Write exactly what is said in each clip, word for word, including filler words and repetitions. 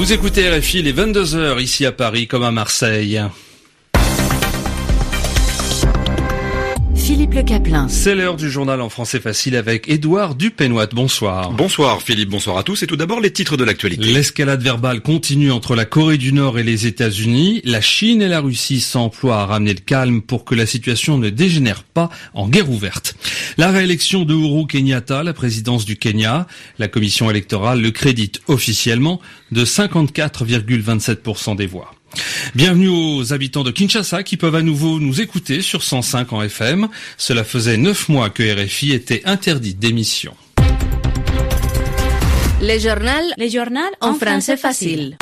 Vous écoutez R F I, les vingt-deux heures ici à Paris comme à Marseille. Philippe Le Caplin. C'est l'heure du journal en français facile avec Édouard Dupénoit. Bonsoir. Bonsoir Philippe, bonsoir à tous et tout d'abord les titres de l'actualité. L'escalade verbale continue entre la Corée du Nord et les États-Unis. La Chine et la Russie s'emploient à ramener le calme pour que la situation ne dégénère pas en guerre ouverte. La réélection de Uhuru Kenyatta à la présidence du Kenya. La commission électorale le crédite officiellement de cinquante-quatre virgule vingt-sept pour cent des voix. Bienvenue aux habitants de Kinshasa qui peuvent à nouveau nous écouter sur cent cinq en F M. Cela faisait neuf mois que R F I était interdit d'émission. Les journaux, les journaux en français facile.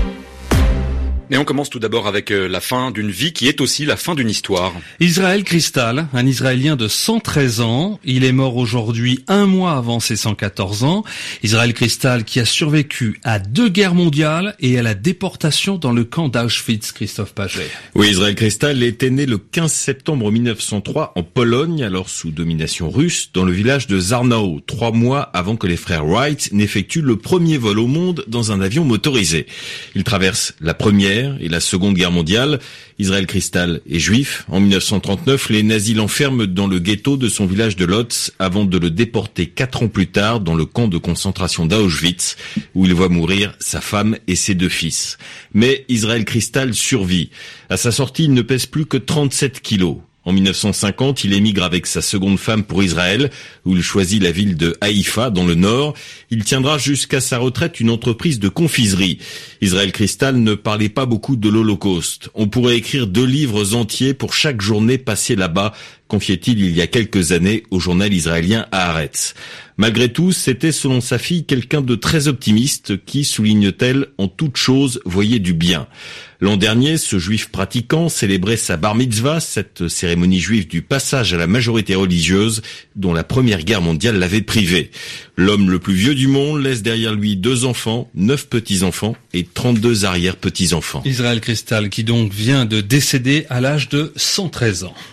Et on commence tout d'abord avec la fin d'une vie qui est aussi la fin d'une histoire. Israël Cristal, un Israélien de cent treize ans. Il est mort aujourd'hui un mois avant ses cent quatorze ans. Israël Cristal qui a survécu à deux guerres mondiales et à la déportation dans le camp d'Auschwitz, Christophe Paget. Oui, Israël Cristal était né le quinze septembre mille neuf cent trois en Pologne, alors sous domination russe, dans le village de Zarnao, trois mois avant que les frères Wright n'effectuent le premier vol au monde dans un avion motorisé. Il traverse la première et la Seconde Guerre mondiale. Israël Cristal est juif. En mille neuf cent trente-neuf, les nazis l'enferment dans le ghetto de son village de Lodz avant de le déporter quatre ans plus tard dans le camp de concentration d'Auschwitz où il voit mourir sa femme et ses deux fils. Mais Israël Cristal survit. À sa sortie, il ne pèse plus que trente-sept kilos. En mille neuf cent cinquante, il émigre avec sa seconde femme pour Israël, où il choisit la ville de Haïfa, dans le nord. Il tiendra jusqu'à sa retraite une entreprise de confiserie. Israël Cristal ne parlait pas beaucoup de l'Holocauste. On pourrait écrire deux livres entiers pour chaque journée passée là-bas, confiait-il il y a quelques années au journal israélien Haaretz. Malgré tout, c'était selon sa fille quelqu'un de très optimiste qui, souligne-t-elle, en toute chose voyait du bien. L'an dernier, ce juif pratiquant célébrait sa bar mitzvah, cette cérémonie juive du passage à la majorité religieuse dont la Première Guerre mondiale l'avait privé. L'homme le plus vieux du monde laisse derrière lui deux enfants, neuf petits-enfants et trente-deux arrière-petits-enfants. Israël Cristal qui donc vient de décéder à l'âge de cent treize ans.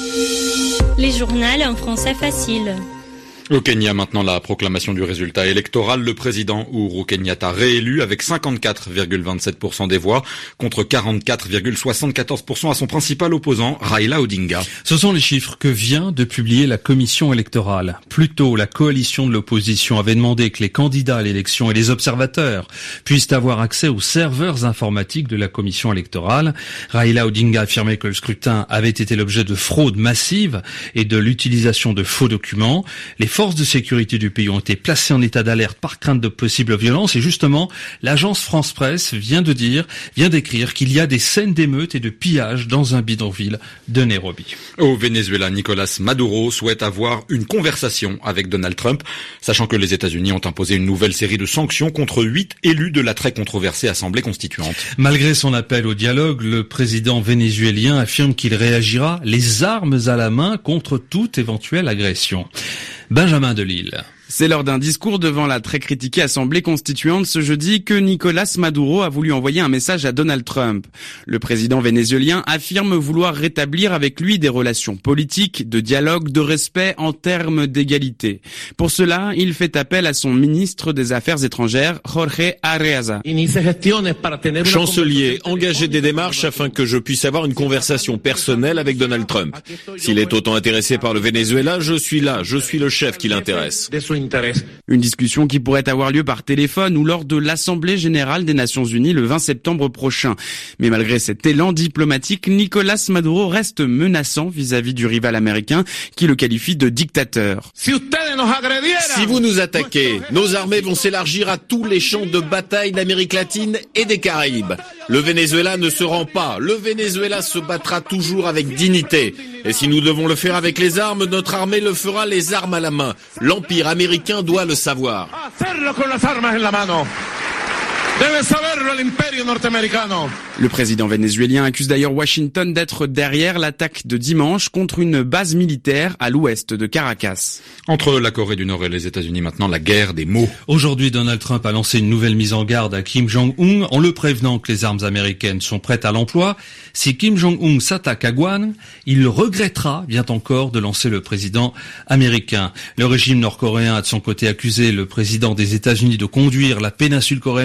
Les journaux en français facile. Au Kenya, maintenant, la proclamation du résultat électoral. Le président Uhuru Kenyatta réélu avec cinquante-quatre virgule vingt-sept pour cent des voix contre quarante-quatre virgule soixante-quatorze pour cent à son principal opposant, Raila Odinga. Ce sont les chiffres que vient de publier la commission électorale. Plus tôt, la coalition de l'opposition avait demandé que les candidats à l'élection et les observateurs puissent avoir accès aux serveurs informatiques de la commission électorale. Raila Odinga affirmait que le scrutin avait été l'objet de fraudes massives et de l'utilisation de faux documents. Les Les forces de sécurité du pays ont été placées en état d'alerte par crainte de possibles violences et justement, l'agence France Presse vient de dire, vient d'écrire qu'il y a des scènes d'émeutes et de pillage dans un bidonville de Nairobi. Au Venezuela, Nicolas Maduro souhaite avoir une conversation avec Donald Trump, sachant que les États-Unis ont imposé une nouvelle série de sanctions contre huit élus de la très controversée Assemblée constituante. Malgré son appel au dialogue, le président vénézuélien affirme qu'il réagira les armes à la main contre toute éventuelle agression. Benjamin Delille. C'est lors d'un discours devant la très critiquée Assemblée constituante ce jeudi que Nicolas Maduro a voulu envoyer un message à Donald Trump. Le président vénézuélien affirme vouloir rétablir avec lui des relations politiques, de dialogue, de respect en termes d'égalité. Pour cela, il fait appel à son ministre des Affaires étrangères, Jorge Arreaza. Chancelier, engagez des démarches afin que je puisse avoir une conversation personnelle avec Donald Trump. S'il est autant intéressé par le Venezuela, je suis là, je suis le chef qui l'intéresse. Une discussion qui pourrait avoir lieu par téléphone ou lors de l'Assemblée générale des Nations Unies le vingt septembre prochain. Mais malgré cet élan diplomatique, Nicolas Maduro reste menaçant vis-à-vis du rival américain qui le qualifie de dictateur. Si vous nous attaquez, nos armées vont s'élargir à tous les champs de bataille d'Amérique latine et des Caraïbes. Le Venezuela ne se rend pas. Le Venezuela se battra toujours avec dignité. Et si nous devons le faire avec les armes, notre armée le fera les armes à la main. L'Empire américain doit le savoir. Le président vénézuélien accuse d'ailleurs Washington d'être derrière l'attaque de dimanche contre une base militaire à l'ouest de Caracas. Entre la Corée du Nord et les États-Unis, maintenant la guerre des mots. Aujourd'hui, Donald Trump a lancé une nouvelle mise en garde à Kim Jong-un en le prévenant que les armes américaines sont prêtes à l'emploi. Si Kim Jong-un s'attaque à Guam, il regrettera bien encore de lancer le président américain. Le régime nord-coréen a de son côté accusé le président des États-Unis de conduire la péninsule coréenne au bord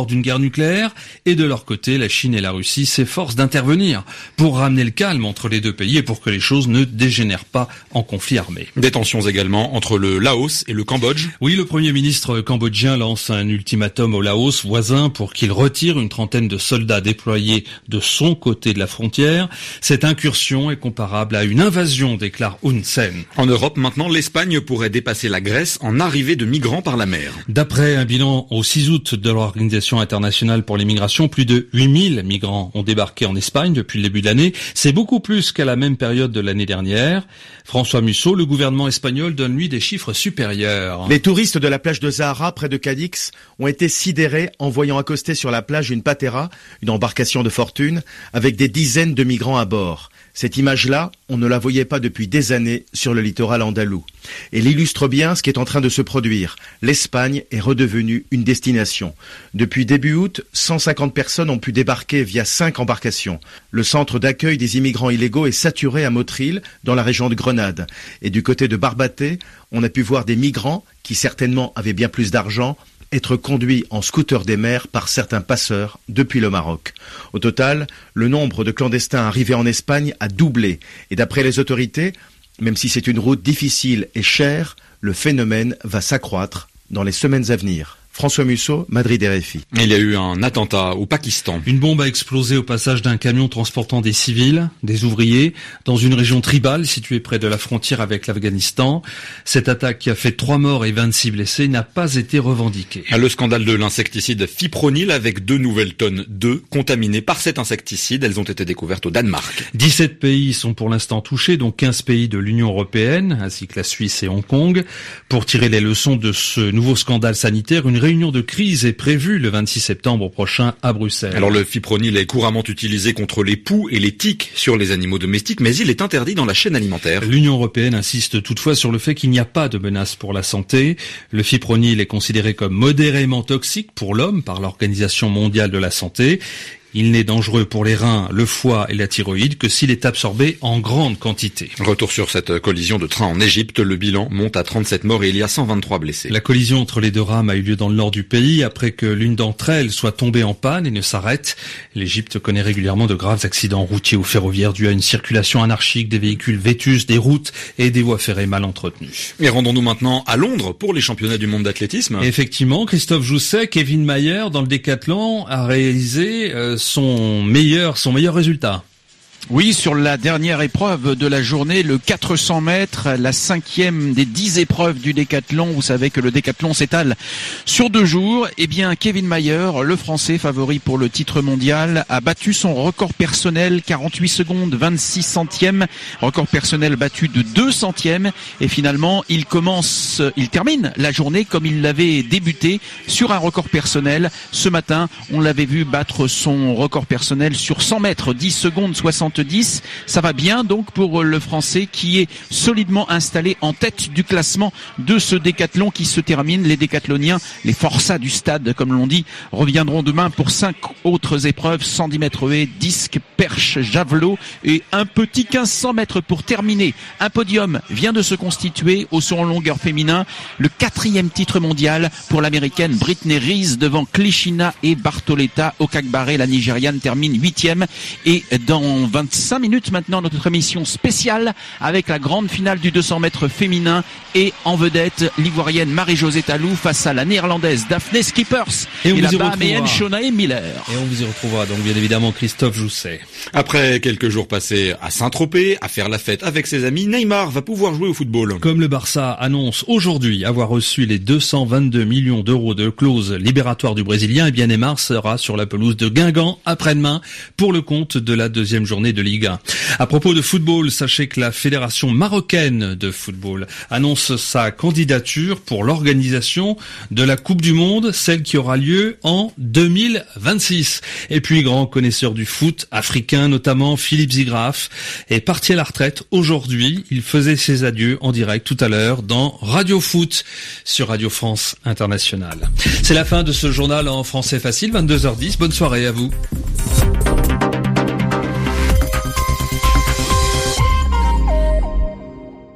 bord d'une guerre nucléaire et de leur côté, la Chine et la Russie s'efforcent d'intervenir pour ramener le calme entre les deux pays et pour que les choses ne dégénèrent pas en conflit armé. Des tensions également entre le Laos et le Cambodge. Oui, le Premier ministre cambodgien lance un ultimatum au Laos voisin pour qu'il retire une trentaine de soldats déployés de son côté de la frontière. Cette incursion est comparable à une invasion, déclare Hun Sen. En Europe, maintenant, l'Espagne pourrait dépasser la Grèce en arrivée de migrants par la mer. D'après un bilan au six août de l'Organisation internationale pour les migrations, plus de huit mille migrants ont débarqué en Espagne depuis le début de l'année. C'est beaucoup plus qu'à la même période de l'année dernière. François Musso, le gouvernement espagnol donne lui des chiffres supérieurs. Les touristes de la plage de Zahara, près de Cadix, ont été sidérés en voyant accoster sur la plage une patera, une embarcation de fortune, avec des dizaines de migrants à bord. Cette image-là, on ne la voyait pas depuis des années sur le littoral andalou. Et elle illustre bien ce qui est en train de se produire. L'Espagne est redevenue une destination. Depuis début août, cent cinquante personnes ont pu débarquer via cinq embarcations. Le centre d'accueil des immigrants illégaux est saturé à Motril, dans la région de Grenade. Et du côté de Barbate, on a pu voir des migrants, qui certainement avaient bien plus d'argent, être conduits en scooter des mers par certains passeurs depuis le Maroc. Au total, le nombre de clandestins arrivés en Espagne a doublé. Et d'après les autorités, même si c'est une route difficile et chère, le phénomène va s'accroître dans les semaines à venir. François Musso, Madrid R F I. Il y a eu un attentat au Pakistan. Une bombe a explosé au passage d'un camion transportant des civils, des ouvriers, dans une région tribale située près de la frontière avec l'Afghanistan. Cette attaque qui a fait trois morts et vingt-six blessés n'a pas été revendiquée. Le scandale de l'insecticide fipronil avec deux nouvelles tonnes d'œufs contaminées par cet insecticide. Elles ont été découvertes au Danemark. dix-sept pays sont pour l'instant touchés, dont quinze pays de l'Union européenne, ainsi que la Suisse et Hong Kong. Pour tirer les leçons de ce nouveau scandale sanitaire, une réunion de crise est prévue le vingt-six septembre prochain à Bruxelles. Alors le fipronil est couramment utilisé contre les poux et les tiques sur les animaux domestiques, mais il est interdit dans la chaîne alimentaire. L'Union européenne insiste toutefois sur le fait qu'il n'y a pas de menace pour la santé. Le fipronil est considéré comme modérément toxique pour l'homme par l'Organisation mondiale de la santé. Il n'est dangereux pour les reins, le foie et la thyroïde que s'il est absorbé en grande quantité. Retour sur cette collision de train en Égypte. Le bilan monte à trente-sept morts et il y a cent vingt-trois blessés. La collision entre les deux rames a eu lieu dans le nord du pays après que l'une d'entre elles soit tombée en panne et ne s'arrête. L'Égypte connaît régulièrement de graves accidents routiers ou ferroviaires dus à une circulation anarchique, des véhicules vétustes, des routes et des voies ferrées mal entretenues. Et rendons-nous maintenant à Londres pour les championnats du monde d'athlétisme. Effectivement, Christophe Jousset, Kevin Mayer dans le décathlon a réalisé euh, son meilleur, son meilleur résultat. Oui, sur la dernière épreuve de la journée, le quatre cents mètres, la cinquième des dix épreuves du décathlon. Vous savez que le décathlon s'étale sur deux jours. Eh bien, Kevin Mayer, le Français favori pour le titre mondial, a battu son record personnel, quarante-huit secondes, vingt-six centièmes. Record personnel battu de deux centièmes. Et finalement, il commence, il termine la journée comme il l'avait débuté sur un record personnel. Ce matin, on l'avait vu battre son record personnel sur cent mètres, dix secondes soixante-dix. Ça va bien donc pour le Français qui est solidement installé en tête du classement de ce décathlon qui se termine. Les décathloniens, les forçats du stade comme l'on dit, reviendront demain pour cinq autres épreuves, cent dix mètres haies, disque, perche, javelot et un petit quinze cents mètres pour terminer. Un podium vient de se constituer au saut en longueur féminin, le quatrième titre mondial pour l'américaine Brittney Reese devant Klishina et Bartoletta. Okakbare, la Nigériane, termine huitième et dans vingt-cinq minutes maintenant notre émission spéciale avec la grande finale du deux cents mètres féminin et en vedette l'ivoirienne Marie-Josée Talou face à la néerlandaise Daphne Schippers et, et la Bahaméenne Shonae Miller. Et on vous y retrouvera donc bien évidemment Christophe Jousset. Après quelques jours passés à Saint-Tropez, à faire la fête avec ses amis, Neymar va pouvoir jouer au football. Comme le Barça annonce aujourd'hui avoir reçu les deux cent vingt-deux millions d'euros de clause libératoire du Brésilien, et bien Neymar sera sur la pelouse de Guingamp après-demain pour le compte de la deuxième journée de Ligue un. À propos de football, sachez que la Fédération marocaine de football annonce sa candidature pour l'organisation de la Coupe du Monde, celle qui aura lieu en deux mille vingt-six. Et puis, grand connaisseur du foot africain, notamment Philippe Zigraf, est parti à la retraite aujourd'hui. Il faisait ses adieux en direct tout à l'heure dans Radio Foot sur Radio France Internationale. C'est la fin de ce journal en français facile, vingt-deux heures dix. Bonne soirée à vous.